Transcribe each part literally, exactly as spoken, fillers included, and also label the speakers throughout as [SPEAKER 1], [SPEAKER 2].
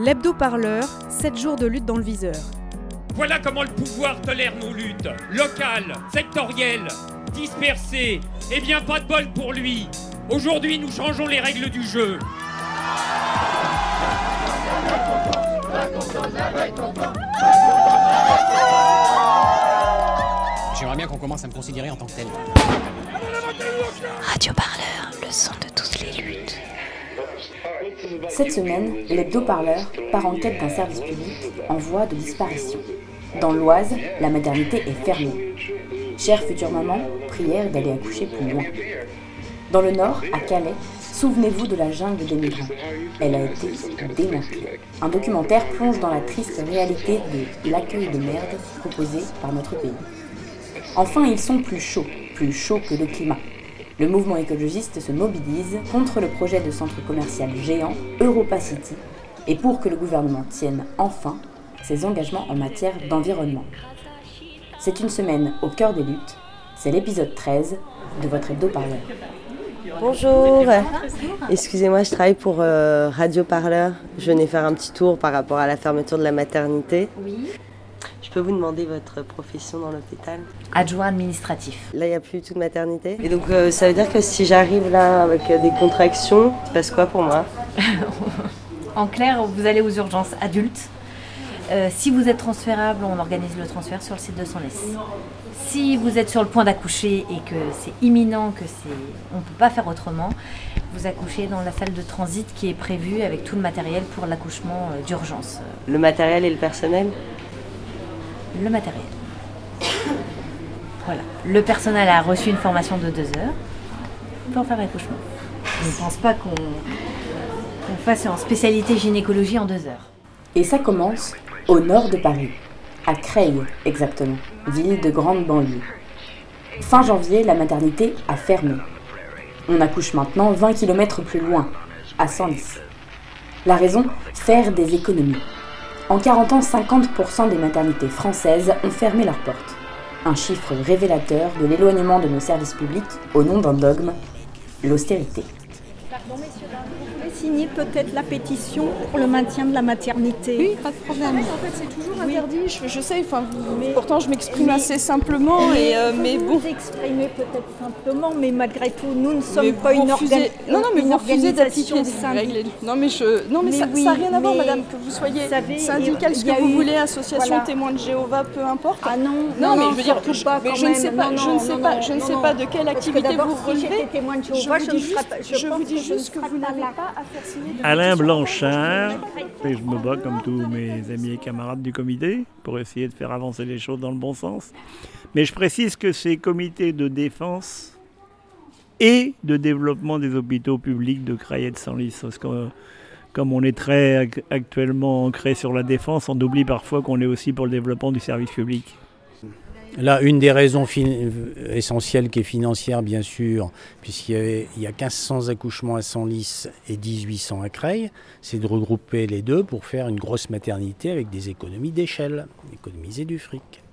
[SPEAKER 1] L'hebdo-parleur, sept jours de lutte dans le viseur.
[SPEAKER 2] Voilà comment le pouvoir tolère nos luttes, locales, sectorielles, dispersées. Eh bien, pas de bol pour lui. Aujourd'hui, nous changeons les règles du jeu.
[SPEAKER 3] J'aimerais bien qu'on commence à me considérer en tant que tel.
[SPEAKER 4] Radio Parleur, le son de toutes les luttes.
[SPEAKER 5] Cette semaine, l'hebdo-parleur part en quête d'un service public en voie de disparition. Dans l'Oise, la maternité est fermée. Chère future maman, prière d'aller accoucher plus loin. Dans le nord, à Calais, souvenez-vous de la jungle des migrants. Elle a été démantelée. Un documentaire plonge dans la triste réalité de l'accueil de merde proposé par notre pays. Enfin, ils sont plus chauds, plus chauds que le climat. Le mouvement écologiste se mobilise contre le projet de centre commercial géant Europa City et pour que le gouvernement tienne enfin ses engagements en matière d'environnement. C'est une semaine au cœur des luttes. C'est l'épisode treize de votre hebdo-parleur.
[SPEAKER 6] Bonjour, excusez-moi, je travaille pour euh, Radio Parleur. Je venais faire un petit tour par rapport à la fermeture de la maternité.
[SPEAKER 7] Oui.
[SPEAKER 6] Je peux vous demander votre profession dans l'hôpital ?
[SPEAKER 7] Adjoint administratif.
[SPEAKER 6] Là, il n'y a plus du tout de maternité. Et donc, euh, ça veut dire que si j'arrive là avec euh, des contractions, il se passe quoi pour moi ?
[SPEAKER 7] En clair, vous allez aux urgences adultes. Euh, si vous êtes transférable, on organise le transfert sur le site de Senlis. Si vous êtes sur le point d'accoucher et que c'est imminent, que c'est, on ne peut pas faire autrement, vous accouchez dans la salle de transit qui est prévue avec tout le matériel pour l'accouchement euh, d'urgence.
[SPEAKER 6] Le matériel et le personnel ?
[SPEAKER 7] Le matériel. Voilà. Le personnel a reçu une formation de deux heures pour faire l'accouchement. Je ne pense pas qu'on, qu'on fasse en spécialité gynécologie en deux heures.
[SPEAKER 5] Et ça commence au nord de Paris, à Creil exactement, ville de grande banlieue. Fin janvier, la maternité a fermé. On accouche maintenant vingt kilomètres plus loin, à Senlis. La raison ? Faire des économies. En quarante ans, cinquante pour cent des maternités françaises ont fermé leurs portes. Un chiffre révélateur de l'éloignement de nos services publics au nom d'un dogme, l'austérité.
[SPEAKER 8] Pardon, messieurs, vous pouvez signer peut-être la pétition pour le maintien de la maternité ?
[SPEAKER 9] Oui, pas de problème. En fait, c'est toujours interdit. Oui. Je, je sais, enfin,
[SPEAKER 8] mais,
[SPEAKER 9] pourtant je m'exprime
[SPEAKER 8] mais,
[SPEAKER 9] assez simplement,
[SPEAKER 8] mais,
[SPEAKER 9] et, euh, mais bon.
[SPEAKER 8] Vous exprimez peut-être simplement, mais malgré tout, nous ne sommes
[SPEAKER 9] mais
[SPEAKER 8] pas une,
[SPEAKER 9] refusez...
[SPEAKER 8] orga...
[SPEAKER 9] non, non, mais
[SPEAKER 8] une
[SPEAKER 9] vous refusez
[SPEAKER 8] organisation
[SPEAKER 9] d'appliquer les règles. Non, mais, je... non, mais, mais ça n'a oui, rien à voir, madame, que vous soyez savez, syndicale, ce que vous eu... voulez, association, voilà. Témoins de Jéhovah, peu importe.
[SPEAKER 8] Ah non,
[SPEAKER 9] non,
[SPEAKER 8] non
[SPEAKER 9] mais
[SPEAKER 8] non,
[SPEAKER 9] je veux dire,
[SPEAKER 8] je, pas,
[SPEAKER 9] mais je ne sais pas, je ne sais pas, je ne sais pas de quelle activité vous relevez. Je vous dis juste que vous n'avez pas à faire signer de
[SPEAKER 10] Alain Blanchard, et je me bats comme tous mes amis et camarades du comité pour essayer de faire avancer les choses dans le bon sens. Mais je précise que ces comités de défense et de développement des hôpitaux publics de Creil et de Senlis, parce que comme on est très actuellement ancré sur la défense, on oublie parfois qu'on est aussi pour le développement du service public.
[SPEAKER 11] Là, une des raisons fin- essentielles qui est financière, bien sûr, puisqu'il y, avait, il y a quinze cents accouchements à Senlis et mille huit cents à Creil, c'est de regrouper les deux pour faire une grosse maternité avec des économies d'échelle, économiser du fric.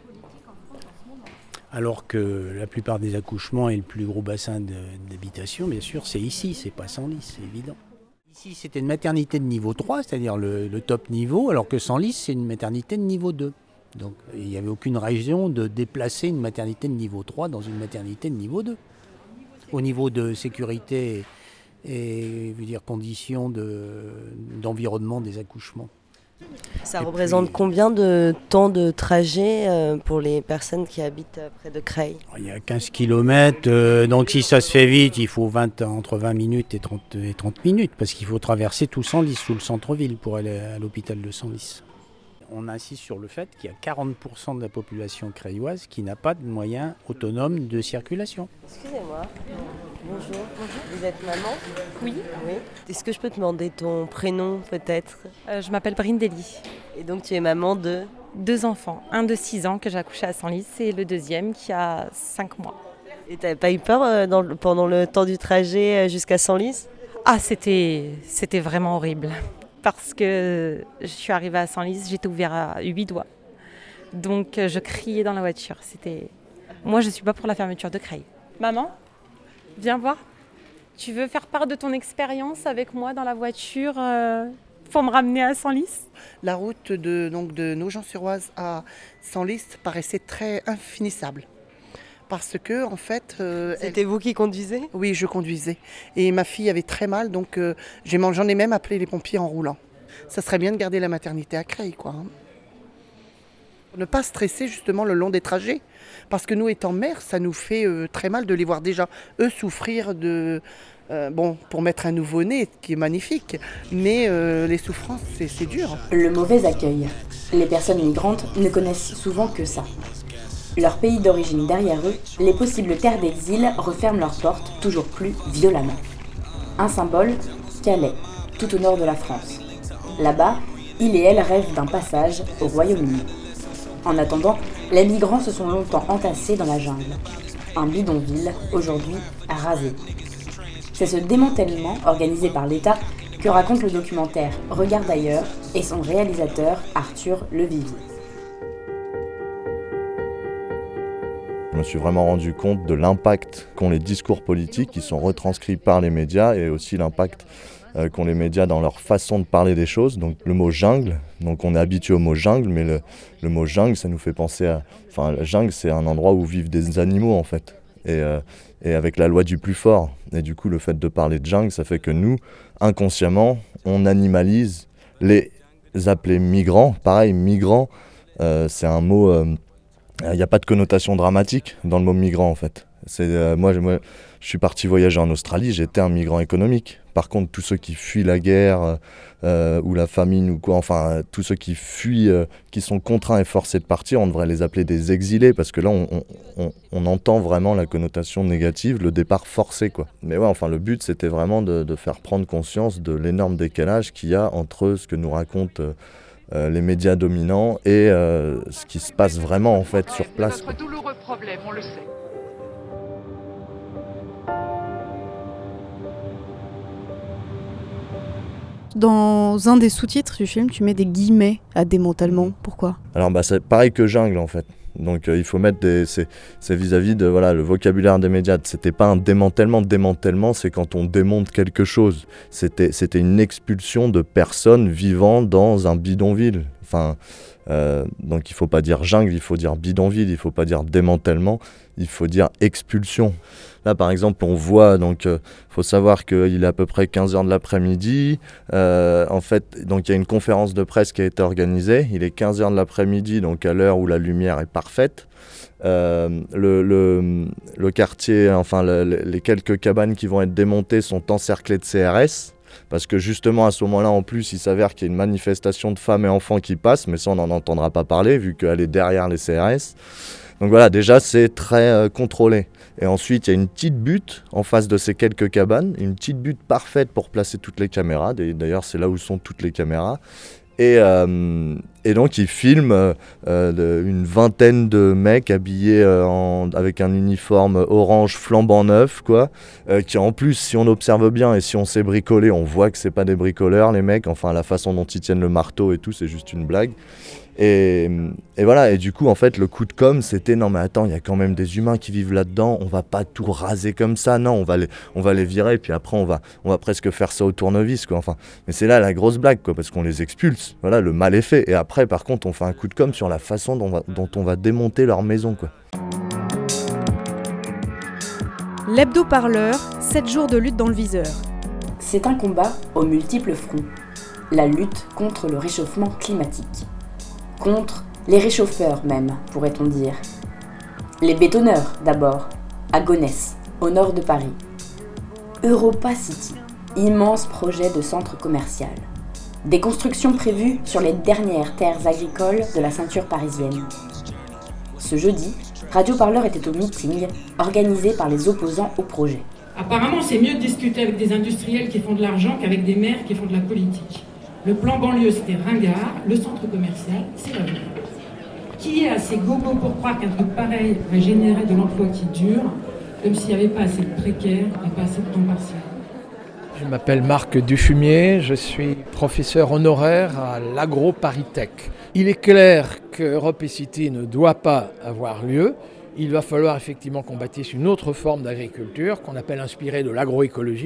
[SPEAKER 11] Alors que la plupart des accouchements et le plus gros bassin de, d'habitation, bien sûr, c'est ici, c'est pas Senlis, c'est évident. Ici, c'était une maternité de niveau trois, c'est-à-dire le, le top niveau, alors que Senlis, c'est une maternité de niveau deux. Donc il n'y avait aucune raison de déplacer une maternité de niveau trois dans une maternité de niveau deux. Au niveau de sécurité et, et je veux dire, conditions de, d'environnement des accouchements.
[SPEAKER 6] Ça
[SPEAKER 11] et
[SPEAKER 6] représente puis, combien de temps de trajet pour les personnes qui habitent près de Creil ?
[SPEAKER 11] Il y a quinze kilomètres, euh, donc si ça se fait vite, il faut vingt, entre vingt minutes et trente, et trente minutes, parce qu'il faut traverser tout Senlis, tout le centre-ville pour aller à l'hôpital de Senlis. On insiste sur le fait qu'il y a quarante pour cent de la population creilloise qui n'a pas de moyens autonomes de circulation.
[SPEAKER 6] Excusez-moi. Bonjour. Bonjour. Vous êtes maman ?
[SPEAKER 12] Oui.
[SPEAKER 6] Oui. Est-ce que je peux te demander ton prénom peut-être ?
[SPEAKER 12] euh, Je m'appelle Brindelli.
[SPEAKER 6] Et donc tu es maman de ?
[SPEAKER 12] Deux enfants. Un de six ans que j'ai accouché à Senlis et le deuxième qui a cinq mois.
[SPEAKER 6] Et tu n'avais pas eu peur euh, dans le, pendant le temps du trajet jusqu'à Senlis ?
[SPEAKER 12] Ah, c'était, c'était vraiment horrible. Parce que je suis arrivée à Senlis, j'étais ouverte à huit doigts. Donc je criais dans la voiture. C'était... Moi, je ne suis pas pour la fermeture de Creil. Maman, viens voir. Tu veux faire part de ton expérience avec moi dans la voiture euh, pour me ramener à Senlis.
[SPEAKER 13] La route de, donc de Nogent-sur-Oise à Senlis paraissait très infinissable. Parce que, en fait... Euh,
[SPEAKER 6] C'était elle... vous qui conduisez ?
[SPEAKER 13] Oui, je conduisais. Et ma fille avait très mal, donc euh, j'ai, j'en ai même appelé les pompiers en roulant. Ça serait bien de garder la maternité à Creil, quoi. Hein. Ne pas stresser justement le long des trajets. Parce que nous, étant mères, ça nous fait euh, très mal de les voir déjà, eux, souffrir de... Euh, bon, pour mettre un nouveau-né, qui est magnifique, mais euh, les souffrances, c'est, c'est dur.
[SPEAKER 5] Le mauvais accueil. Les personnes migrantes ne connaissent souvent que ça. Leur pays d'origine derrière eux, les possibles terres d'exil referment leurs portes toujours plus violemment. Un symbole, Calais, tout au nord de la France. Là-bas, il et elle rêvent d'un passage au Royaume-Uni. En attendant, les migrants se sont longtemps entassés dans la jungle. Un bidonville, aujourd'hui rasé. C'est ce démantèlement organisé par l'État que raconte le documentaire Regarde ailleurs et son réalisateur Arthur Levivier.
[SPEAKER 14] Je me suis vraiment rendu compte de l'impact qu'ont les discours politiques qui sont retranscrits par les médias et aussi l'impact euh, qu'ont les médias dans leur façon de parler des choses. Donc le mot jungle, donc on est habitué au mot jungle, mais le, le mot jungle, ça nous fait penser à... Enfin, la jungle, c'est un endroit où vivent des animaux en fait. Et, euh, et avec la loi du plus fort. Et du coup, le fait de parler de jungle, ça fait que nous, inconsciemment, on animalise les appelés migrants. Pareil, migrants, euh, c'est un mot... Il euh, n'y a pas de connotation dramatique dans le mot migrant, en fait. C'est, euh, moi, moi, je suis parti voyager en Australie, j'étais un migrant économique. Par contre, tous ceux qui fuient la guerre euh, ou la famine ou quoi, enfin, tous ceux qui fuient, euh, qui sont contraints et forcés de partir, on devrait les appeler des exilés parce que là, on, on, on entend vraiment la connotation négative, le départ forcé, quoi. Mais ouais, enfin, le but, c'était vraiment de, de faire prendre conscience de l'énorme décalage qu'il y a entre ce que nous racontent euh, les médias dominants et euh, ce qui se passe vraiment, en fait, sur place.
[SPEAKER 15] C'est notre douloureux problème, on le sait.
[SPEAKER 1] Dans un des sous-titres du film, tu mets des guillemets à démantèlement. Pourquoi ?
[SPEAKER 14] Alors bah c'est pareil que jungle en fait. Donc euh, il faut mettre des... C'est, c'est vis-à-vis de voilà, le vocabulaire des médias. C'était pas un démantèlement. Démantèlement, c'est quand on démonte quelque chose. C'était, c'était une expulsion de personnes vivant dans un bidonville. Enfin, euh, donc il faut pas dire jungle, il faut dire bidonville. Il faut pas dire démantèlement, il faut dire expulsion. Là, par exemple, on voit, donc, il euh, faut savoir qu'il est à peu près quinze heures de l'après-midi. Euh, en fait, donc, il y a une conférence de presse qui a été organisée. Il est quinze heures de l'après-midi, donc à l'heure où la lumière est parfaite. Euh, le, le, le quartier, enfin, le, les quelques cabanes qui vont être démontées sont encerclées de C R S. Parce que justement, à ce moment-là, en plus, il s'avère qu'il y a une manifestation de femmes et enfants qui passe. Mais ça, on n'en entendra pas parler, vu qu'elle est derrière les C R S. Donc voilà, déjà, c'est très euh, contrôlé. Et ensuite, il y a une petite butte en face de ces quelques cabanes, une petite butte parfaite pour placer toutes les caméras. D'ailleurs, c'est là où sont toutes les caméras. Et, euh, et donc, ils filment euh, de, une vingtaine de mecs habillés euh, en, avec un uniforme orange flambant neuf, quoi. Euh, qui en plus, si on observe bien et si on sait bricoler, on voit que c'est pas des bricoleurs, les mecs. Enfin, la façon dont ils tiennent le marteau et tout, c'est juste une blague. Et, et voilà, et du coup, en fait, le coup de com', c'était non, mais attends, il y a quand même des humains qui vivent là-dedans, on va pas tout raser comme ça, non, on va les, on va les virer, et puis après, on va, on va presque faire ça au tournevis, quoi. Enfin, mais c'est là la grosse blague, quoi, parce qu'on les expulse, voilà, le mal est fait. Et après, par contre, on fait un coup de com' sur la façon dont on va, dont on va démonter leur maison, quoi.
[SPEAKER 1] L'hebdo-parleur, sept jours de lutte dans le viseur.
[SPEAKER 5] C'est un combat aux multiples fronts. La lutte contre le réchauffement climatique. Contre les réchauffeurs même, pourrait-on dire. Les bétonneurs, d'abord, à Gonesse, au nord de Paris. Europa City, immense projet de centre commercial. Des constructions prévues sur les dernières terres agricoles de la ceinture parisienne. Ce jeudi, Radio Parleur était au meeting organisé par les opposants au projet.
[SPEAKER 16] Apparemment, c'est mieux de discuter avec des industriels qui font de l'argent qu'avec des maires qui font de la politique. Le plan banlieue, c'était ringard. Le centre commercial, c'est la vie. Qui est assez gogo pour croire qu'un truc pareil va générer de l'emploi qui dure, comme s'il n'y avait pas assez de précaires et pas assez de temps partiel?
[SPEAKER 17] Je m'appelle Marc Dufumier, je suis professeur honoraire à l'Agro-ParisTech. Il est clair que Europe City ne doit pas avoir lieu. Il va falloir effectivement qu'on bâtisse une autre forme d'agriculture qu'on appelle inspirée de l'agroécologie,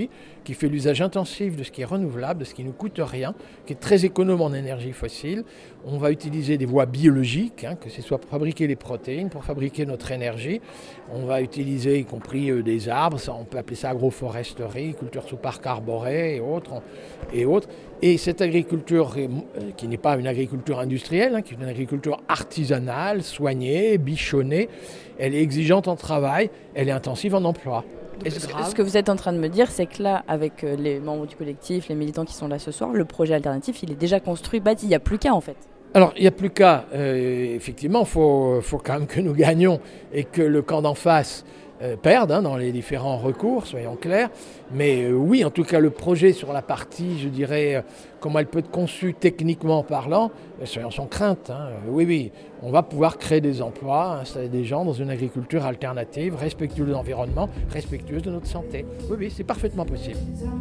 [SPEAKER 17] qui fait l'usage intensif de ce qui est renouvelable, de ce qui ne coûte rien, qui est très économe en énergie fossile. On va utiliser des voies biologiques, hein, que ce soit pour fabriquer les protéines, pour fabriquer notre énergie. On va utiliser y compris euh, des arbres, ça, on peut appeler ça agroforesterie, culture sous parc arboré et autres. Et, autres. et cette agriculture, euh, qui n'est pas une agriculture industrielle, hein, qui est une agriculture artisanale, soignée, bichonnée, elle est exigeante en travail, elle est intensive en emploi.
[SPEAKER 5] Ce, ce que vous êtes en train de me dire, c'est que là, avec les membres du collectif, les militants qui sont là ce soir, le projet alternatif, il est déjà construit, bâti, il n'y a plus qu'à en fait.
[SPEAKER 17] Alors, il n'y a plus qu'à. Euh, effectivement, il faut, faut quand même que nous gagnions et que le camp d'en face euh, perde hein, dans les différents recours, soyons clairs. Mais euh, oui, en tout cas, le projet sur la partie, je dirais, euh, comment elle peut être conçue techniquement parlant, euh, soyons sans crainte. Hein, euh, oui, oui, on va pouvoir créer des emplois, installer des gens dans une agriculture alternative, respectueuse de l'environnement, respectueuse de notre santé. Oui, oui, c'est parfaitement possible.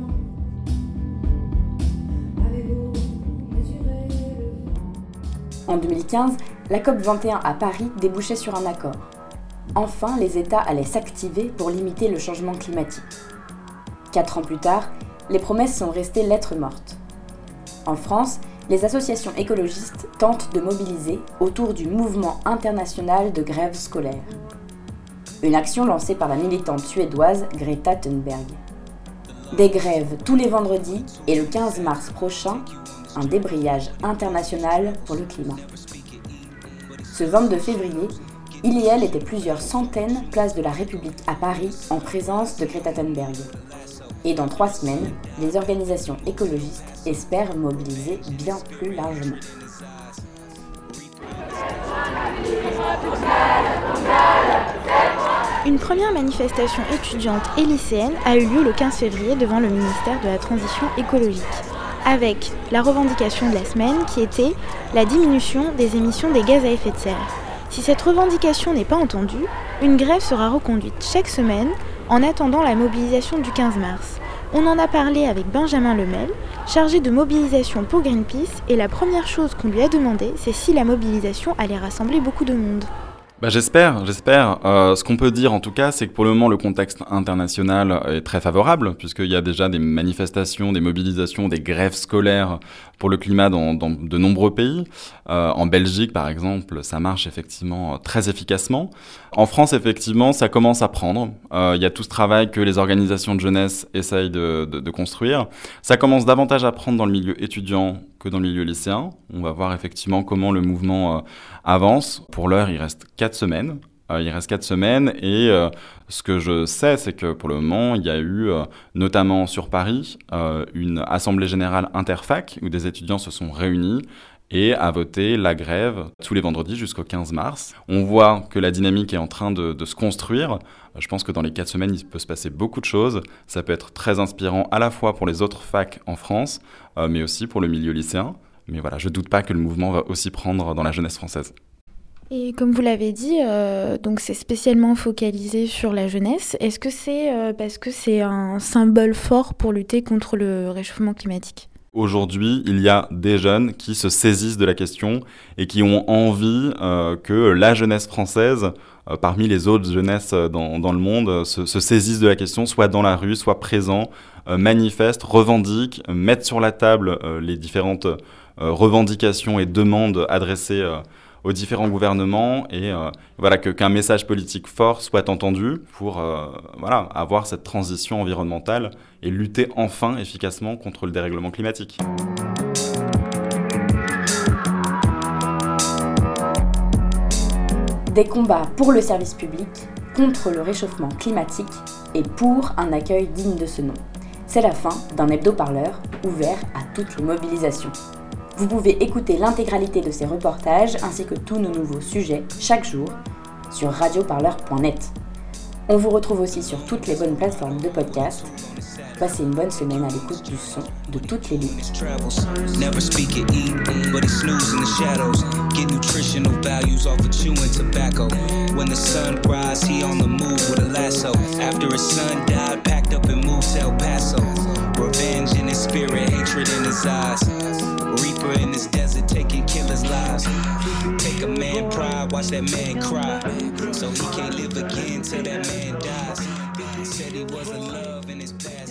[SPEAKER 5] En deux mille quinze, la COP vingt et un à Paris débouchait sur un accord. Enfin, les États allaient s'activer pour limiter le changement climatique. Quatre ans plus tard, les promesses sont restées lettres mortes. En France, les associations écologistes tentent de mobiliser autour du mouvement international de grève scolaire. Une action lancée par la militante suédoise Greta Thunberg. Des grèves tous les vendredis et le quinze mars prochain, un débrayage international pour le climat. Ce vingt-deux février, il et elle étaient plusieurs centaines place de la République à Paris en présence de Greta Thunberg. Et dans trois semaines, les organisations écologistes espèrent mobiliser bien plus largement.
[SPEAKER 18] Une première manifestation étudiante et lycéenne a eu lieu le quinze février devant le ministère de la Transition écologique, avec la revendication de la semaine qui était la diminution des émissions des gaz à effet de serre. Si cette revendication n'est pas entendue, une grève sera reconduite chaque semaine en attendant la mobilisation du quinze mars. On en a parlé avec Benjamin Lemel, chargé de mobilisation pour Greenpeace, et la première chose qu'on lui a demandé, c'est si la mobilisation allait rassembler beaucoup de monde.
[SPEAKER 19] Bah j'espère, j'espère. Euh, ce qu'on peut dire en tout cas, c'est que pour le moment, le contexte international est très favorable, puisqu'il y a déjà des manifestations, des mobilisations, des grèves scolaires pour le climat dans, dans de nombreux pays. Euh, en Belgique, par exemple, ça marche effectivement très efficacement. En France, effectivement, ça commence à prendre. Euh, il y a tout ce travail que les organisations de jeunesse essayent de, de, de construire. Ça commence davantage à prendre dans le milieu étudiant que dans le milieu lycéen. On va voir effectivement comment le mouvement euh, avance. Pour l'heure, il reste quatre semaines. Euh, il reste quatre semaines et euh, ce que je sais, c'est que pour le moment, il y a eu, euh, notamment sur Paris, euh, une assemblée générale interfac où des étudiants se sont réunis et a voté la grève tous les vendredis jusqu'au quinze mars. On voit que la dynamique est en train de, de se construire. Je pense que dans les quatre semaines, il peut se passer beaucoup de choses. Ça peut être très inspirant à la fois pour les autres facs en France, euh, mais aussi pour le milieu lycéen. Mais voilà, je ne doute pas que le mouvement va aussi prendre dans la jeunesse française.
[SPEAKER 18] Et comme vous l'avez dit, euh, donc c'est spécialement focalisé sur la jeunesse. Est-ce que c'est euh, parce que c'est un symbole fort pour lutter contre le réchauffement climatique ?
[SPEAKER 19] Aujourd'hui, il y a des jeunes qui se saisissent de la question et qui ont envie euh, que la jeunesse française, euh, parmi les autres jeunesses dans, dans le monde, se, se saisissent de la question, soit dans la rue, soit présents, euh, manifestent, revendiquent, mettent sur la table euh, les différentes euh, revendications et demandes adressées euh, aux différents gouvernements et euh, voilà, que, qu'un message politique fort soit entendu pour euh, voilà, avoir cette transition environnementale et lutter enfin efficacement contre le dérèglement climatique.
[SPEAKER 5] Des combats pour le service public, contre le réchauffement climatique et pour un accueil digne de ce nom. C'est la fin d'un hebdo-parleur ouvert à toutes les mobilisations. Vous pouvez écouter l'intégralité de ces reportages ainsi que tous nos nouveaux sujets chaque jour sur radio parleur point net. On vous retrouve aussi sur toutes les bonnes plateformes de podcast. Passez une bonne semaine à l'écoute du son de toutes les luttes.
[SPEAKER 20] Never speak or eat, but he snooze in the shadows. Get nutritional values off of chewing tobacco. When the sun rises, he on the move with a lasso. After his son died, packed up and moved to El Paso. Revenge in his spirit, hatred in his eyes. Reaper in this desert, taking killers' lives. Take a man pride, watch that man cry. So he can't live again till that man dies. Said he wasn't love in his past.